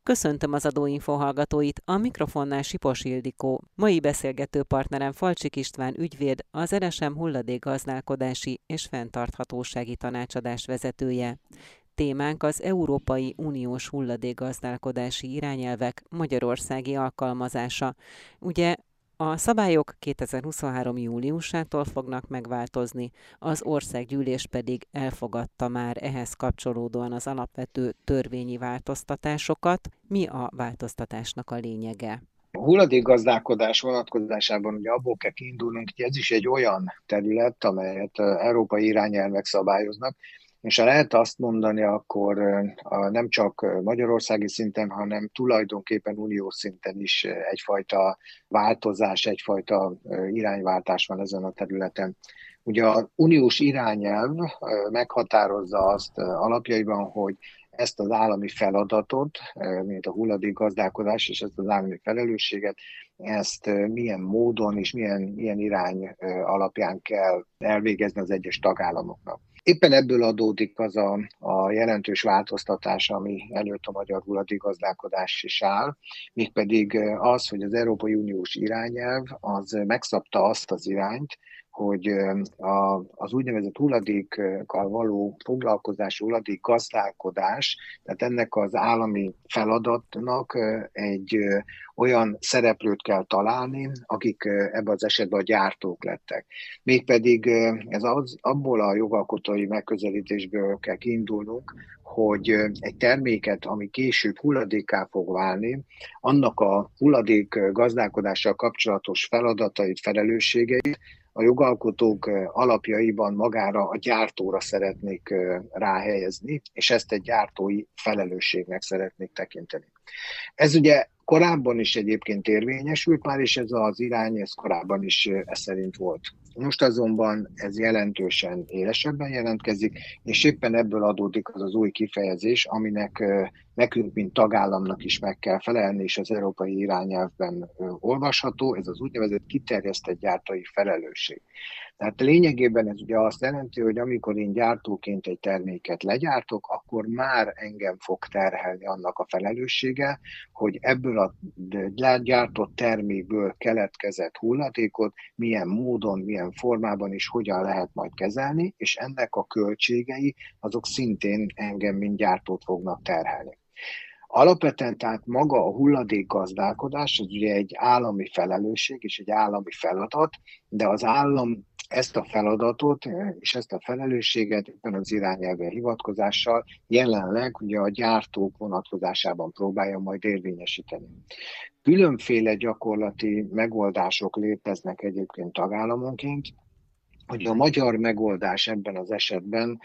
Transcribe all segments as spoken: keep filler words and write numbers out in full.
Köszöntöm az Adóinfo hallgatóit, a mikrofonnál Sipos Ildikó. Mai beszélgető partnerem Falcsik István ügyvéd, az er es em hulladékgazdálkodási és fenntarthatósági tanácsadás vezetője. Témánk az Európai Uniós hulladékgazdálkodási irányelvek magyarországi alkalmazása. Ugye a szabályok kétezer-huszonhárom júliusától fognak megváltozni, az országgyűlés pedig elfogadta már ehhez kapcsolódóan az alapvető törvényi változtatásokat. Mi a változtatásnak a lényege? A hulladékgazdálkodás vonatkozásában ugye abból kell kiindulnunk, hogy ez is egy olyan terület, amelyet európai irányelvek szabályoznak, és ha lehet azt mondani, akkor nem csak magyarországi szinten, hanem tulajdonképpen uniós szinten is egyfajta változás, egyfajta irányváltás van ezen a területen. Ugye az uniós irányelv meghatározza azt alapjaiban, hogy ezt az állami feladatot, mint a hulladékgazdálkodás és ezt az állami felelősséget, ezt milyen módon és milyen, milyen irány alapján kell elvégezni az egyes tagállamoknak. Éppen ebből adódik az a, a jelentős változtatás, ami előtt a magyar hulladékgazdálkodás is áll, mégpedig az, hogy az Európai Uniós irányelv az megszabta azt az irányt, hogy a, az úgynevezett hulladékkal való foglalkozás, hulladék gazdálkodás, tehát ennek az állami feladatnak egy olyan szereplőt kell találni, akik ebben az esetben a gyártók lettek. Mégpedig ez az, abból a jogalkotói megközelítésből kell kiindulnunk, hogy egy terméket, ami később hulladékká fog válni, annak a hulladék gazdálkodással kapcsolatos feladatait, felelősségeit a jogalkotók alapjaiban magára a gyártóra szeretnék ráhelyezni, és ezt egy gyártói felelősségnek szeretnék tekinteni. Ez ugye korábban is egyébként érvényesült már, és ez az irány, ez korábban is ez szerint volt. Most azonban ez jelentősen élesebben jelentkezik, és éppen ebből adódik az az új kifejezés, aminek nekünk, mint tagállamnak is meg kell felelni, és az európai irányelvben olvasható, ez az úgynevezett kiterjesztett gyártói felelősség. Tehát lényegében ez ugye azt jelenti, hogy amikor én gyártóként egy terméket legyártok, akkor már engem fog terhelni annak a felelőssége, hogy ebből a gyártott termékből keletkezett hulladékot milyen módon, milyen formában és hogyan lehet majd kezelni, és ennek a költségei azok szintén engem, mint gyártót fognak terhelni. Alapvetően tehát maga a hulladékgazdálkodás, az ugye egy állami felelősség és egy állami feladat, de az állam ezt a feladatot és ezt a felelősséget éppen az irányelvvel hivatkozással jelenleg ugye a gyártók vonatkozásában próbálja majd érvényesíteni. Különféle gyakorlati megoldások léteznek egyébként tagállamonként, hogy a magyar megoldás ebben az esetben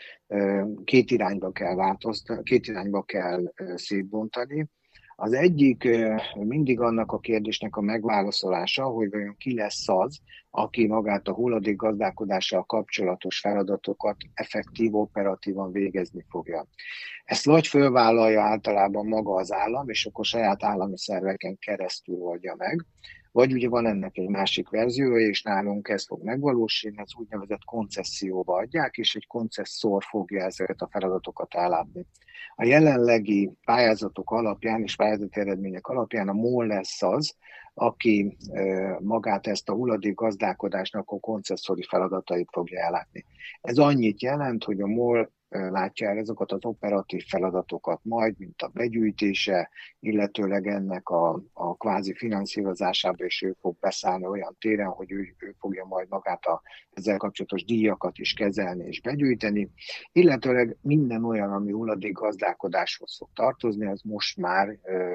két irányba kell változtatni, két irányba kell szétbontani. Az egyik mindig annak a kérdésnek a megválaszolása, hogy vajon ki lesz az, aki magát a hulladék gazdálkodással kapcsolatos feladatokat effektív, operatívan végezni fogja. Ezt vagy fölvállalja általában maga az állam, és akkor saját állami szerveken keresztül oldja meg, vagy ugye van ennek egy másik verziója, és nálunk ez fog megvalósulni, ez úgynevezett koncesszióba adják, és egy koncesszor fogja ezeket a feladatokat ellátni. A jelenlegi pályázatok alapján és pályázati eredmények alapján a MOL lesz az, aki magát ezt a hulladék gazdálkodásnak a koncesszori feladatait fogja ellátni. Ez annyit jelent, hogy a MOL látja el ezeket az operatív feladatokat majd, mint a begyűjtése, illetőleg ennek a, a kvázi finanszírozásába, és ő fog beszállni olyan téren, hogy ő, ő fogja majd magát a ezzel kapcsolatos díjakat is kezelni és begyűjteni, illetőleg minden olyan, ami hulladék gazdálkodáshoz fog tartozni, az most már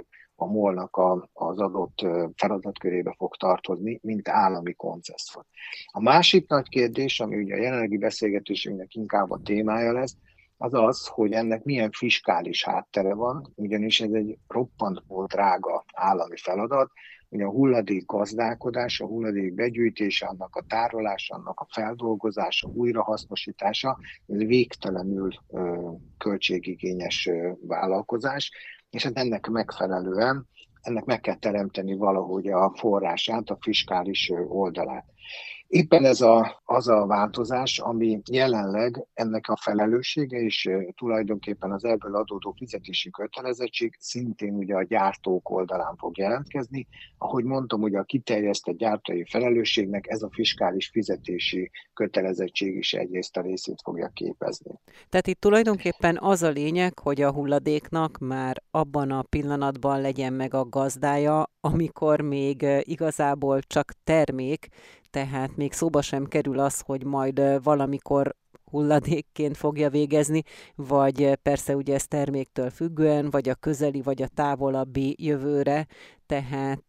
a MOL-nak a, az adott feladatkörébe fog tartozni, mint állami koncesszor. A másik nagy kérdés, ami ugye a jelenlegi beszélgetésünknek inkább a témája lesz, az az, hogy ennek milyen fiskális háttere van, ugyanis ez egy roppant drága állami feladat, hogy a hulladék gazdálkodás, a hulladék begyűjtése, annak a tárolása, annak a feldolgozása, újrahasznosítása, ez végtelenül ö, költségigényes ö, vállalkozás, és hát ennek megfelelően ennek meg kell teremteni valahogy a forrását, a fiskális oldalát. Éppen ez a, az a változás, ami jelenleg ennek a felelőssége, és tulajdonképpen az ebből adódó fizetési kötelezettség szintén ugye a gyártók oldalán fog jelentkezni. Ahogy mondtam, ugye a kiterjesztett gyártói felelősségnek ez a fiskális fizetési kötelezettség is egyrészt a részét fogja képezni. Tehát itt tulajdonképpen az a lényeg, hogy a hulladéknak már abban a pillanatban legyen meg a gazdája, amikor még igazából csak termék, tehát még szóba sem kerül az, hogy majd valamikor hulladékként fogja végezni, vagy persze ugye ez terméktől függően, vagy a közeli, vagy a távolabbi jövőre, tehát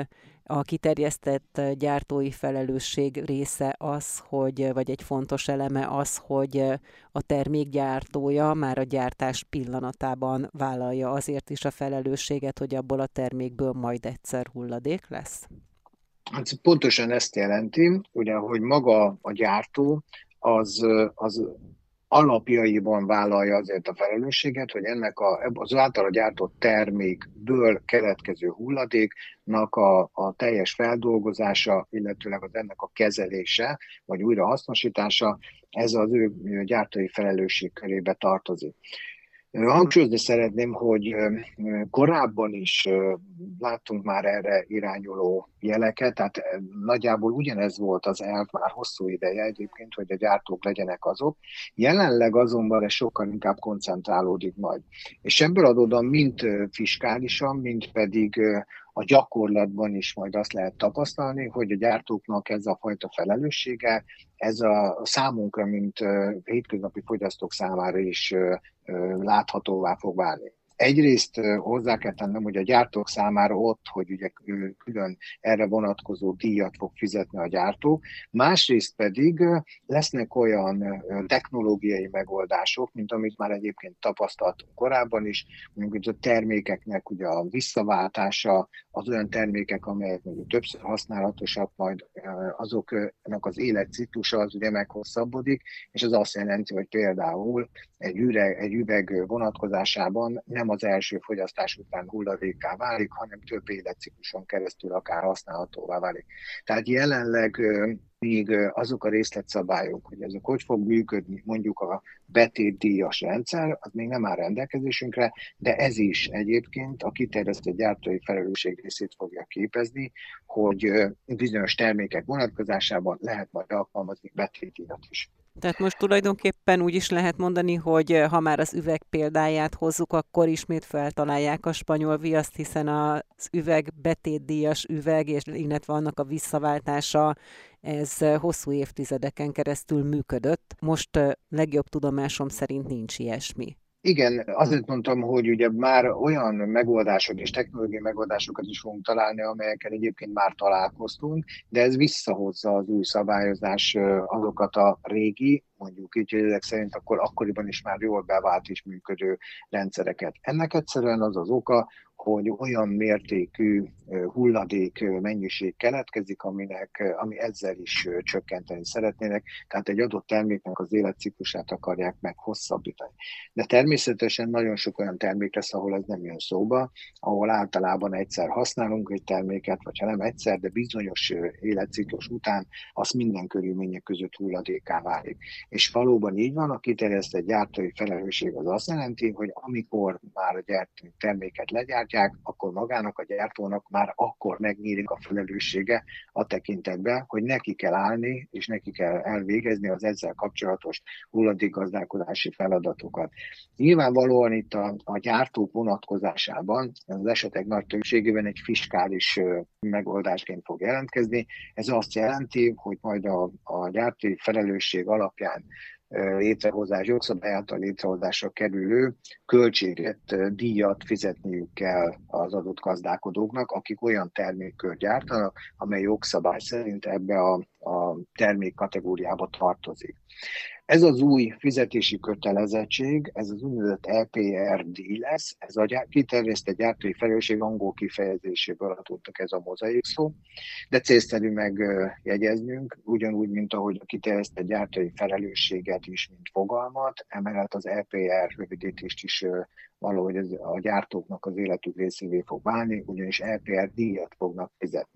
a kiterjesztett gyártói felelősség része az, hogy, vagy egy fontos eleme az, hogy a termék gyártója már a gyártás pillanatában vállalja azért is a felelősséget, hogy abból a termékből majd egyszer hulladék lesz? Hát pontosan ezt jelenti, ugye, hogy maga a gyártó az, az alapjaiban vállalja azért a felelősséget, hogy ennek a, az általa gyártott termékből keletkező hulladéknak a, a teljes feldolgozása, illetőleg az ennek a kezelése, vagy újrahasznosítása, ez az ő gyártói felelősség körébe tartozik. Hangsúlyozni szeretném, hogy korábban is láttunk már erre irányuló jeleket, tehát nagyjából ugyanez volt az elv már hosszú ideje egyébként, hogy a gyártók legyenek azok. Jelenleg azonban ez sokkal inkább koncentrálódik majd. És ebből adódóan mind fiskálisan, mind pedig a gyakorlatban is majd azt lehet tapasztalni, hogy a gyártóknak ez a fajta felelőssége, ez a számunkra, mint hétköznapi fogyasztók számára is láthatóvá fog válni. Egyrészt hozzá kell tennem, hogy a gyártók számára ott, hogy ugye külön erre vonatkozó díjat fog fizetni a gyártó, másrészt pedig lesznek olyan technológiai megoldások, mint amit már egyébként tapasztaltunk korábban is, mondjuk a termékeknek ugye a visszaváltása, az olyan termékek, amelyek mondjuk többször használatosak, majd azoknak az életciklusa az ugye meghosszabbodik, és ez azt jelenti, hogy például egy üveg, egy üveg vonatkozásában nem az első fogyasztás után hulladékká válik, hanem több életcikluson keresztül akár használhatóvá válik. Tehát jelenleg még azok a részletszabályok, hogy ezek hogy fog működni, mondjuk a betétdíjas rendszer, az még nem áll rendelkezésünkre, de ez is egyébként a kiterjesztett gyártói felelősség részét fogja képezni, hogy bizonyos termékek vonatkozásában lehet majd alkalmazni betétdíjat is. Tehát most tulajdonképpen úgy is lehet mondani, hogy ha már az üveg példáját hozzuk, akkor ismét feltalálják a spanyol viaszt, hiszen az üveg betétdíjas üveg, és illetve annak a visszaváltása, ez hosszú évtizedeken keresztül működött. Most legjobb tudomásom szerint nincs ilyesmi. Igen, azért mondtam, hogy ugye már olyan megoldások és technológiai megoldásokat is fogunk találni, amelyekkel egyébként már találkoztunk, de ez visszahozza az új szabályozás azokat a régi, mondjuk így, hogy ezek szerint akkor akkoriban is már jól bevált és működő rendszereket. Ennek egyszerűen az az oka, hogy olyan mértékű hulladék mennyiség keletkezik, aminek, ami ezzel is csökkenteni szeretnének, tehát egy adott terméknek az életciklusát akarják meg hosszabbítani. De természetesen nagyon sok olyan termék lesz, ahol ez nem jön szóba, ahol általában egyszer használunk egy terméket, vagy ha nem egyszer, de bizonyos életciklus után az minden körülmények között hulladékká válik. És valóban így van, a kiterjesztett gyártói felelősség az azt jelenti, hogy amikor már a gyártó terméket legyártják, akkor magának a gyártónak már akkor megnyílik a felelőssége a tekintetben, hogy neki kell állni, és neki kell elvégezni az ezzel kapcsolatos hulladékgazdálkodási feladatokat. Nyilvánvalóan itt a, a gyártók vonatkozásában az esetek nagy többségében egy fiskális megoldásként fog jelentkezni. Ez azt jelenti, hogy majd a, a gyártói felelősség alapján létrehozás, jogszabály által létrehozásra kerülő költséget, díjat fizetniük kell az adott gazdálkodóknak, akik olyan termékkört gyártanak, amely jogszabály szerint ebbe a a termék kategóriába tartozik. Ez az új fizetési kötelezettség, ez az úgynevezett E P R díj lesz, ez a gyár, kiterjesztett gyártói felelősség angol kifejezéséből adottak ez a mozaik szó, de célszerű megjegyeznünk, ugyanúgy, mint ahogy a kiterjesztett gyártói felelősséget is, mint fogalmat, emellett az E P R rövidítést is valahogy a gyártóknak az életük részévé fog válni, ugyanis E P R díjat fognak fizetni.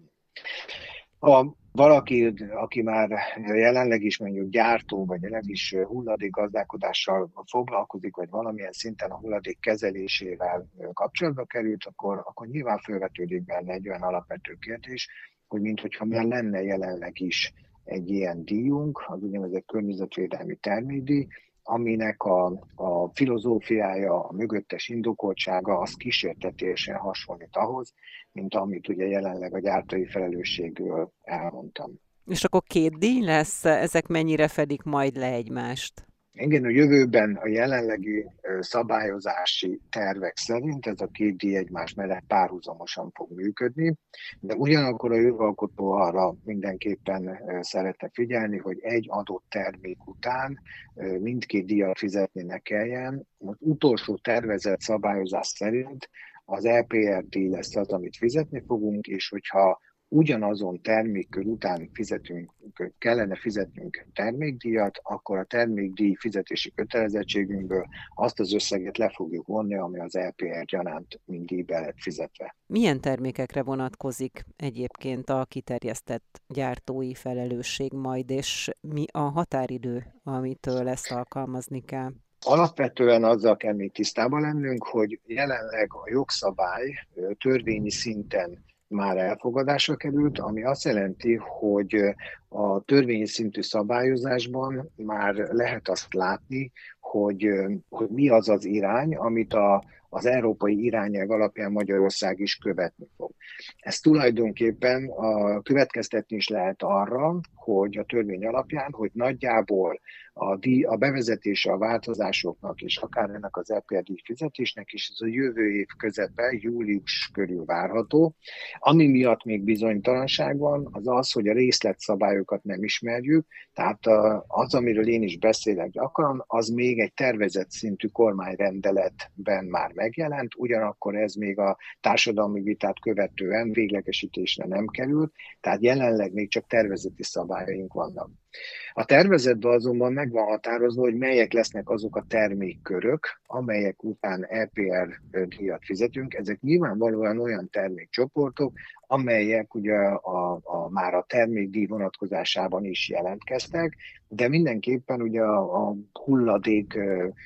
Ha valaki, aki már jelenleg is mondjuk gyártó, vagy jelenleg is hulladékgazdálkodással foglalkozik, vagy valamilyen szinten a hulladék kezelésével kapcsolatba került, akkor, akkor nyilván felvetődik benne egy olyan alapvető kérdés, hogy minthogyha már lenne jelenleg is egy ilyen díjunk, az úgynevezett környezetvédelmi termékdíj, aminek a, a filozófiája, a mögöttes indokoltsága az kísértetésen hasonlít ahhoz, mint amit ugye jelenleg a gyártói felelősségről elmondtam. És akkor két díj lesz? Ezek mennyire fedik majd le egymást? Igen, a jövőben a jelenlegi szabályozási tervek szerint ez a két díj egymás mellett párhuzamosan fog működni, de ugyanakkor a jogalkotó arra mindenképpen szeretne figyelni, hogy egy adott termék után mindkét díjat fizetni ne kelljen. Az utolsó tervezett szabályozás szerint az E P R díj lesz az, amit fizetni fogunk, és hogyha ugyanazon termékkör után fizetünk, kellene fizetnünk termékdíjat, akkor a termékdíj fizetési kötelezettségünkből azt az összeget le fogjuk vonni, ami az E P R gyanánt mind díjba lett fizetve. Milyen termékekre vonatkozik egyébként a kiterjesztett gyártói felelősség majd, és mi a határidő, amitől ezt alkalmazni kell? Alapvetően azzal kell még tisztában lennünk, hogy jelenleg a jogszabály törvényi szinten már elfogadásra került, ami azt jelenti, hogy a törvényi szintű szabályozásban már lehet azt látni, hogy, hogy mi az az irány, amit a, az európai irányelv alapján Magyarország is követni fog. Ez tulajdonképpen a, következtetni is lehet arra, hogy a törvény alapján, hogy nagyjából a, díj, a bevezetése a változásoknak és akár ennek az E P R díj fizetésnek is ez a jövő év közepe, július körül várható. Ami miatt még bizonytalanság van, az az, hogy a részletszabályokat nem ismerjük, tehát az, amiről én is beszélek gyakran, az még egy tervezett szintű kormányrendeletben már megjelent, ugyanakkor ez még a társadalmi vitát követően véglegesítésre nem került, tehát jelenleg még csak tervezeti szabályaink vannak. A tervezetben azonban meg van határozva, hogy melyek lesznek azok a termékkörök, amelyek után E P R díjat fizetünk. Ezek nyilvánvalóan olyan termékcsoportok, amelyek ugye a, a, már a termékdíj vonatkozásában is jelentkeztek, de mindenképpen ugye a, a hulladék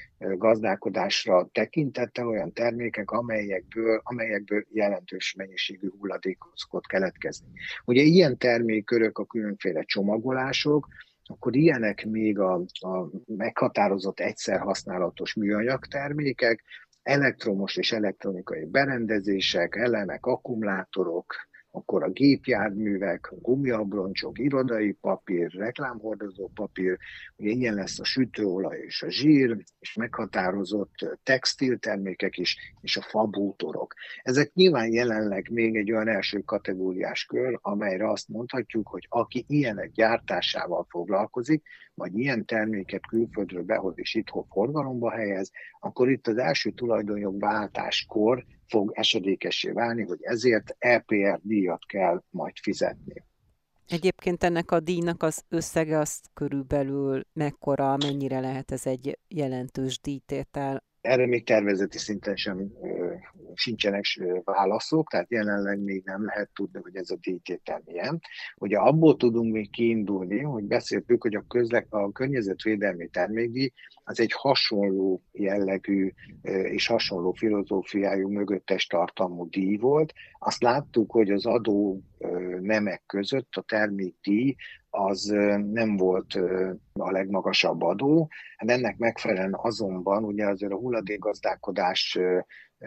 gazdálkodásra tekintettel olyan termékek, amelyekből, amelyekből jelentős mennyiségű hulladékot keletkezni. Ugye ilyen termékkörök a különféle csomagolások, akkor ilyenek még a, a meghatározott egyszerhasználatos műanyag termékek, elektromos és elektronikai berendezések, elemek, akkumulátorok, akkor a gépjárművek, gumiabroncsok, irodai papír, reklámhordozó papír, ugye ilyen lesz a sütőolaj és a zsír, és meghatározott textiltermékek is, és a fabútorok. Ezek nyilván jelenleg még egy olyan első kategóriás kör, amelyre azt mondhatjuk, hogy aki ilyenek gyártásával foglalkozik, vagy ilyen terméket külföldről behoz és itthon forgalomba helyez, akkor itt az első tulajdonjogváltáskor fog esedékessé válni, hogy ezért E P R díjat kell majd fizetni. Egyébként ennek a díjnak az összege az körülbelül mekkora, mennyire lehet ez egy jelentős díjtétel? Erre még tervezeti szinten sem ö, sincsenek válaszok, tehát jelenleg még nem lehet tudni, hogy ez a díjtétel milyen. Ugye abból tudunk még kiindulni, hogy beszéltük, hogy a, közle- a környezetvédelmi termékdíj az egy hasonló jellegű ö, és hasonló filozófiájú mögöttes tartalmú díj volt. Azt láttuk, hogy az adó ö, nemek között a termékdíj az nem volt a legmagasabb adó. Ennek megfelelően azonban ugye azért a hulladékgazdálkodásnak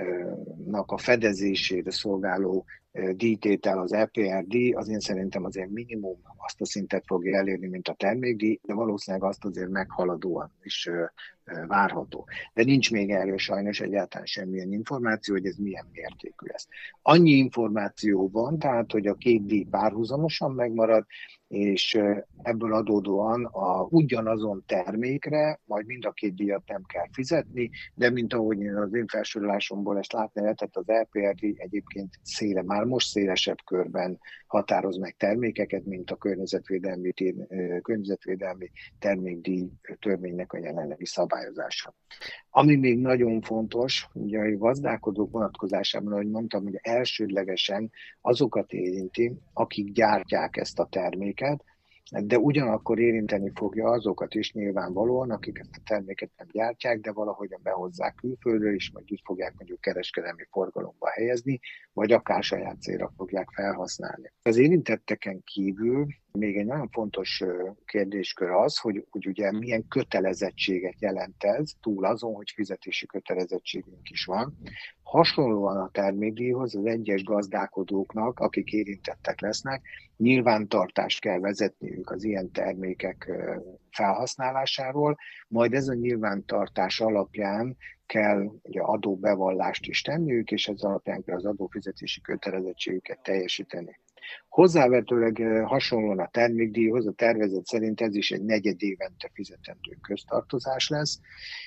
a fedezésére szolgáló díjtétel, az E P R díj, az én szerintem azért minimum azt a szintet fogja elérni, mint a termékdíj, de valószínűleg azt azért meghaladóan is várható. De nincs még erről sajnos egyáltalán semmilyen információ, hogy ez milyen mértékű lesz. Annyi információ van, tehát, hogy a két díj párhuzamosan megmarad, és ebből adódóan a ugyanazon termékre majd mind a két díjat nem kell fizetni, de mint ahogy én az én felsorolásomból ezt látni lehetett, az é pé er díj egyébként széle, már most szélesebb körben határoz meg termékeket, mint a környezetvédelmi, környezetvédelmi termékdíj törvénynek a jelenlegi szabályozása. Ami még nagyon fontos, ugye a gazdálkodók vonatkozásában, ahogy mondtam, hogy elsődlegesen azokat érinti, akik gyártják ezt a terméket, de ugyanakkor érinteni fogja azokat is nyilvánvalóan, akik ezt a terméket nem gyártják, de valahogyan behozzák külföldről is, vagy így fogják mondjuk kereskedelmi forgalomba helyezni, vagy akár saját célra fogják felhasználni. Az érintetteken kívül még egy nagyon fontos kérdéskör az, hogy, hogy ugye milyen kötelezettséget jelent ez, túl azon, hogy fizetési kötelezettségünk is van. Hasonlóan a termékdíjhoz az egyes gazdálkodóknak, akik érintettek lesznek, nyilvántartást kell vezetniük az ilyen termékek felhasználásáról, majd ez a nyilvántartás alapján kell ugye adóbevallást is tenniük, és ez alapján kell az adófizetési kötelezettségüket teljesíteni. Hozzávetőleg hasonlóan a termékdíjhoz, a tervezet szerint ez is egy negyed évente fizetendő köztartozás lesz,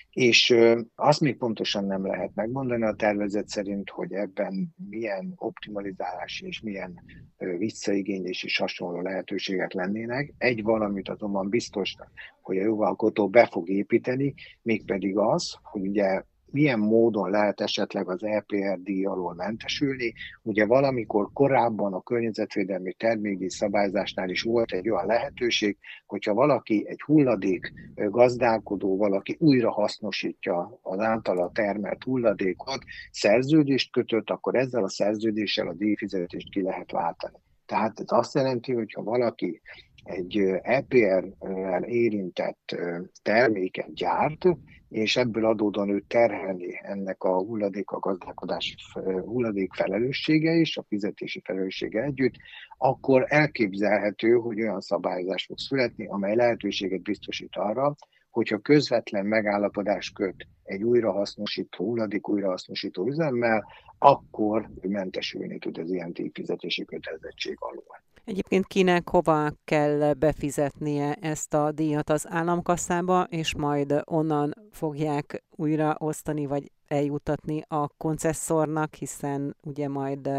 és azt még pontosan nem lehet megmondani a tervezet szerint, hogy ebben milyen optimalizálási és milyen visszaigénylés és hasonló lehetőségek lennének. Egy valamit azonban biztos, hogy a jogalkotó be fog építeni, mégpedig az, hogy ugye milyen módon lehet esetleg az é pé er díj alól mentesülni. Ugye valamikor korábban a környezetvédelmi termékdíj szabályzásnál is volt egy olyan lehetőség, hogyha valaki egy hulladék gazdálkodó, valaki újra hasznosítja az általa termelt hulladékot, szerződést kötött, akkor ezzel a szerződéssel a díjfizetést ki lehet váltani. Tehát ez azt jelenti, hogy ha valaki egy é pé er-rel érintett terméket gyárt, és ebből adódóan ő terheli ennek a hulladék, a gazdálkodási hulladék felelőssége és a fizetési felelőssége együtt, akkor elképzelhető, hogy olyan szabályozás fog születni, amely lehetőséget biztosít arra, hogyha közvetlen megállapodás köt egy újrahasznosító, hulladék újrahasznosító üzemmel, akkor mentesülni tud az ilyen díjfizetési kötelezettség alól. Egyébként kinek hova kell befizetnie ezt a díjat az államkasszába, és majd onnan fogják újra osztani, vagy eljuttatni a koncesszornak, hiszen ugye majd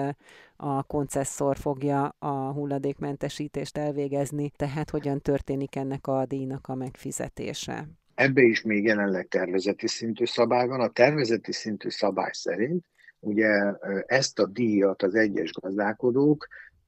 a koncesszor fogja a hulladékmentesítést elvégezni, tehát hogyan történik ennek a díjnak a megfizetése? Ebbe is még jelenleg tervezeti szintű szabály van. A tervezeti szintű szabály szerint ugye ezt a díjat az egyes gazdálkodók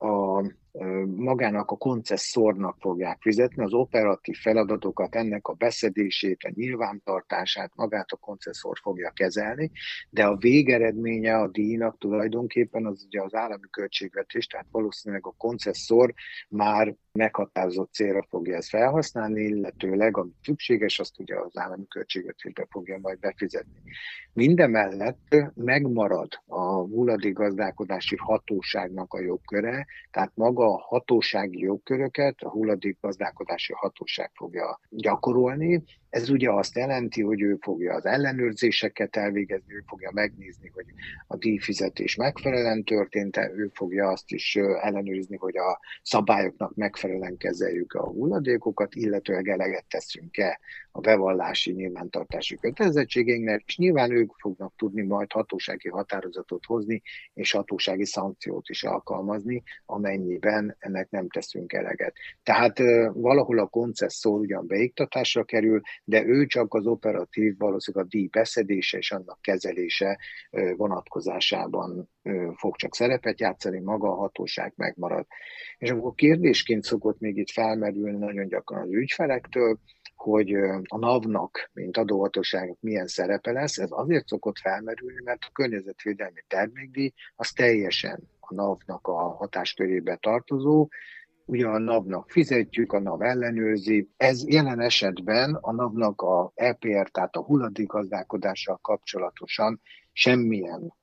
a magának a koncesszornak fogják fizetni, az operatív feladatokat, ennek a beszedését, a nyilvántartását magát a koncesszor fogja kezelni, de a végeredménye a díjnak tulajdonképpen az ugye az állami költségvetés, tehát valószínűleg a koncesszor már meghatározott célra fogja ezt felhasználni, illetőleg ami szükséges, azt ugye az állami költségvetésbe fogja majd befizetni. Mindemellett megmarad a hulladékgazdálkodási hatóságnak a jogköre, tehát maga a hatósági jogköröket a hulladékgazdálkodási hatóság fogja gyakorolni. Ez ugye azt jelenti, hogy ő fogja az ellenőrzéseket elvégezni, ő fogja megnézni, hogy a díjfizetés megfelelően történt, ő fogja azt is ellenőrizni, hogy a szabályoknak megfelelően kezeljük a hulladékokat, illetőleg eleget teszünk-e a bevallási nyilvántartási kötelezettségeinknek, és nyilván ők fognak tudni majd hatósági határozatot hozni, és hatósági szankciót is alkalmazni, amennyiben ennek nem teszünk eleget. Tehát valahol a koncesszor ugyan beiktatásra kerül, de ő csak az operatív, valószínűleg a díj beszedése és annak kezelése vonatkozásában fog csak szerepet játszani, maga a hatóság megmarad. És akkor kérdésként szokott még itt felmerülni nagyon gyakran az ügyfelektől, hogy a NAV-nak, mint adóhatóságnak milyen szerepe lesz. Ez azért szokott felmerülni, mert a környezetvédelmi termékdíj az teljesen a NAV-nak a hatáskörébe tartozó, ugye a NAV-nak fizetjük, a NAV ellenőrzi. Ez jelen esetben a NAV-nak a é pé er, tehát a hulladékgazdálkodással kapcsolatosan semmilyen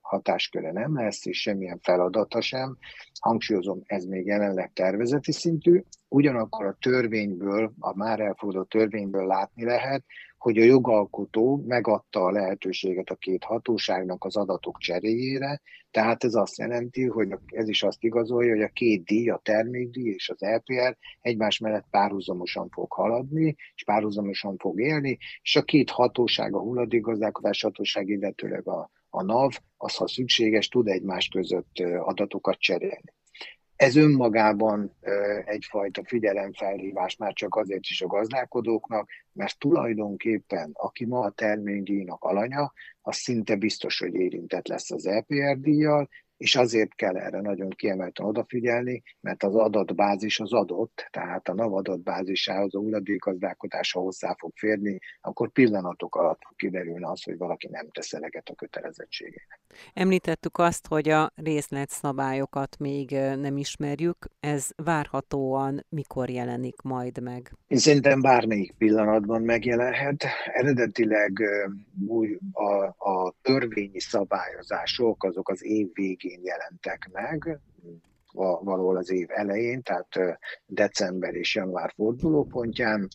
hatásköre nem lesz, és semmilyen feladata sem. Hangsúlyozom, ez még jelenleg tervezeti szintű, ugyanakkor a törvényből, a már elfogadott törvényből látni lehet, hogy a jogalkotó megadta a lehetőséget a két hatóságnak az adatok cseréjére, tehát ez azt jelenti, hogy ez is azt igazolja, hogy a két díj, a termékdíj és az é pé er egymás mellett párhuzamosan fog haladni, és párhuzamosan fog élni, és a két hatóság, a hulladékgazdálkodás hatóság, illetőleg a, a NAV, az, ha szükséges, tud egymás között adatokat cserélni. Ez önmagában egyfajta figyelemfelhívás már csak azért is a gazdálkodóknak, mert tulajdonképpen aki ma a terménydíjnak alanya, az szinte biztos, hogy érintett lesz az é pé er díjjal, és azért kell erre nagyon kiemelten odafigyelni, mert az adatbázis az adott, tehát a NAV adatbázisához, a hulladékgazdálkodásra hozzá fog férni, akkor pillanatok alatt kiderülne az, hogy valaki nem tesz eleget a kötelezettségének. Említettük azt, hogy a részletszabályokat még nem ismerjük, ez várhatóan mikor jelenik majd meg? Én szerintem bármelyik pillanatban megjelenhet. Eredetileg a, a törvényi szabályozások azok az év végén jelentek meg, valahol az év elején, tehát december és január fordulópontján.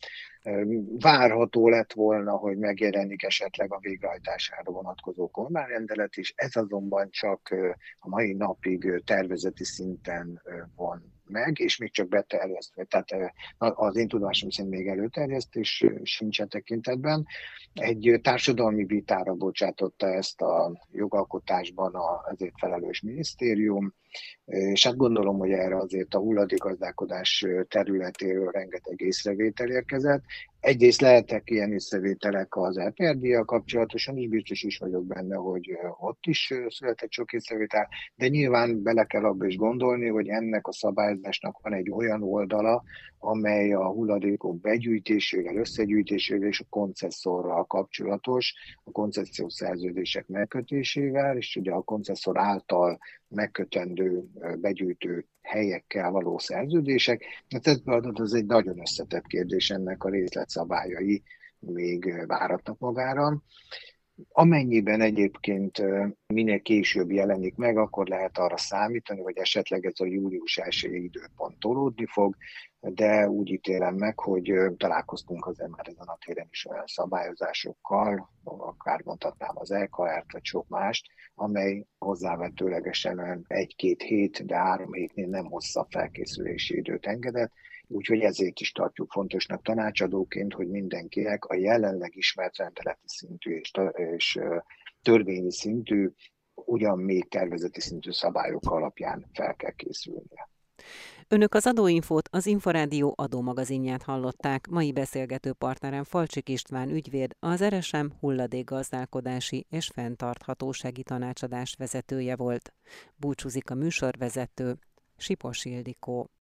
Várható lett volna, hogy megjelenik esetleg a végrehajtására vonatkozó kormányrendelet is, ez azonban csak a mai napig tervezeti szinten van meg, és még csak beterjesztve. Tehát az én tudomásom szerint még előterjesztés sincs a tekintetben. Egy társadalmi vitára bocsátotta ezt a jogalkotásban azért felelős minisztérium, és hát gondolom, hogy erre azért a hulladékgazdálkodás területéről rengeteg észrevétel érkezett. Egyrészt lehetek ilyen észrevételek az é pé er díjjal kapcsolatosan, és biztos is vagyok benne, hogy ott is született sok észrevétel, de nyilván bele kell abba is gondolni, hogy ennek a szabályozásnak van egy olyan oldala, amely a hulladékok begyűjtésével, összegyűjtésével és a koncesszorral kapcsolatos, a koncesziós szerződések megkötésével, és ugye a koncesszor által megkötendő begyűjtő helyekkel való szerződések. Ez az egy nagyon összetett kérdés, ennek a részletszabályai még váratnak magára. Amennyiben egyébként minél később jelenik meg, akkor lehet arra számítani, hogy esetleg ez a július elsői időpont tolódni fog, de úgy ítélem meg, hogy találkoztunk azért már ezen a téren is olyan szabályozásokkal, akár mondhatnám az é ká er-t vagy sok mást, amely hozzávetőlegesen olyan egy-két hét, de három hétnél nem hosszabb felkészülési időt engedett, úgyhogy ezért is tartjuk fontosnak tanácsadóként, hogy mindenkinek a jelenleg ismert rendeleti szintű és, és törvényi szintű, ugyan még tervezeti szintű szabályok alapján fel kell készülnie. Önök az Adóinfót, az Inforádió adómagazinját hallották. Mai beszélgető partnerem Falcsik István ügyvéd, az er es em hulladékgazdálkodási és fenntarthatósági tanácsadás vezetője volt. Búcsúzik a műsorvezető, Sipos Ildikó.